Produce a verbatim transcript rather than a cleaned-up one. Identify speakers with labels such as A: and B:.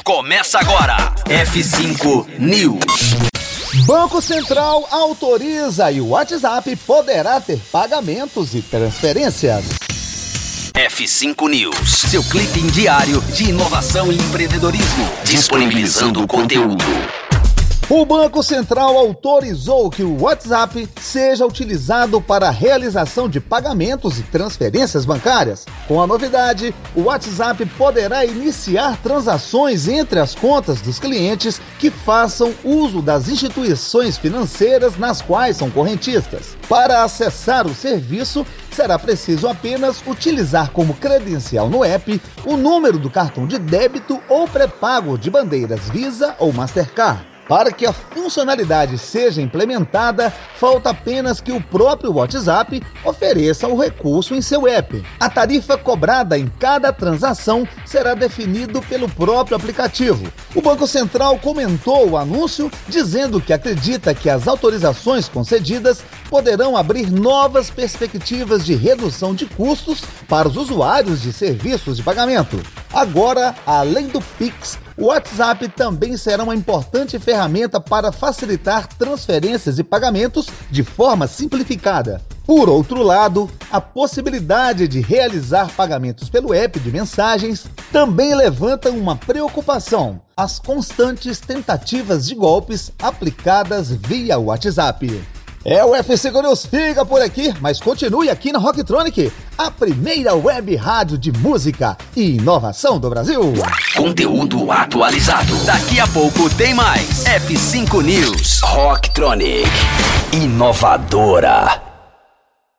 A: Começa agora. F cinco News.
B: Banco Central autoriza e o WhatsApp poderá ter pagamentos e transferências.
A: F cinco News, seu clipe diário de inovação e empreendedorismo, disponibilizando o conteúdo.
B: O Banco Central autorizou que o WhatsApp seja utilizado para a realização de pagamentos e transferências bancárias. Com a novidade, o WhatsApp poderá iniciar transações entre as contas dos clientes que façam uso das instituições financeiras nas quais são correntistas. Para acessar o serviço, será preciso apenas utilizar como credencial no app o número do cartão de débito ou pré-pago de bandeiras Visa ou Mastercard. Para que a funcionalidade seja implementada, falta apenas que o próprio WhatsApp ofereça o recurso em seu app. A tarifa cobrada em cada transação será definido pelo próprio aplicativo. O Banco Central comentou o anúncio dizendo que acredita que as autorizações concedidas poderão abrir novas perspectivas de redução de custos para os usuários de serviços de pagamento. Agora, além do Pix, o WhatsApp também será uma importante ferramenta para facilitar transferências e pagamentos de forma simplificada. Por outro lado, a possibilidade de realizar pagamentos pelo app de mensagens também levanta uma preocupação: as constantes tentativas de golpes aplicadas via WhatsApp. É, o F cinco News fica por aqui, mas continue aqui na Rocktronic, a primeira web rádio de música e inovação do Brasil.
A: Conteúdo atualizado. Daqui a pouco tem mais. F cinco News. Rocktronic. Inovadora.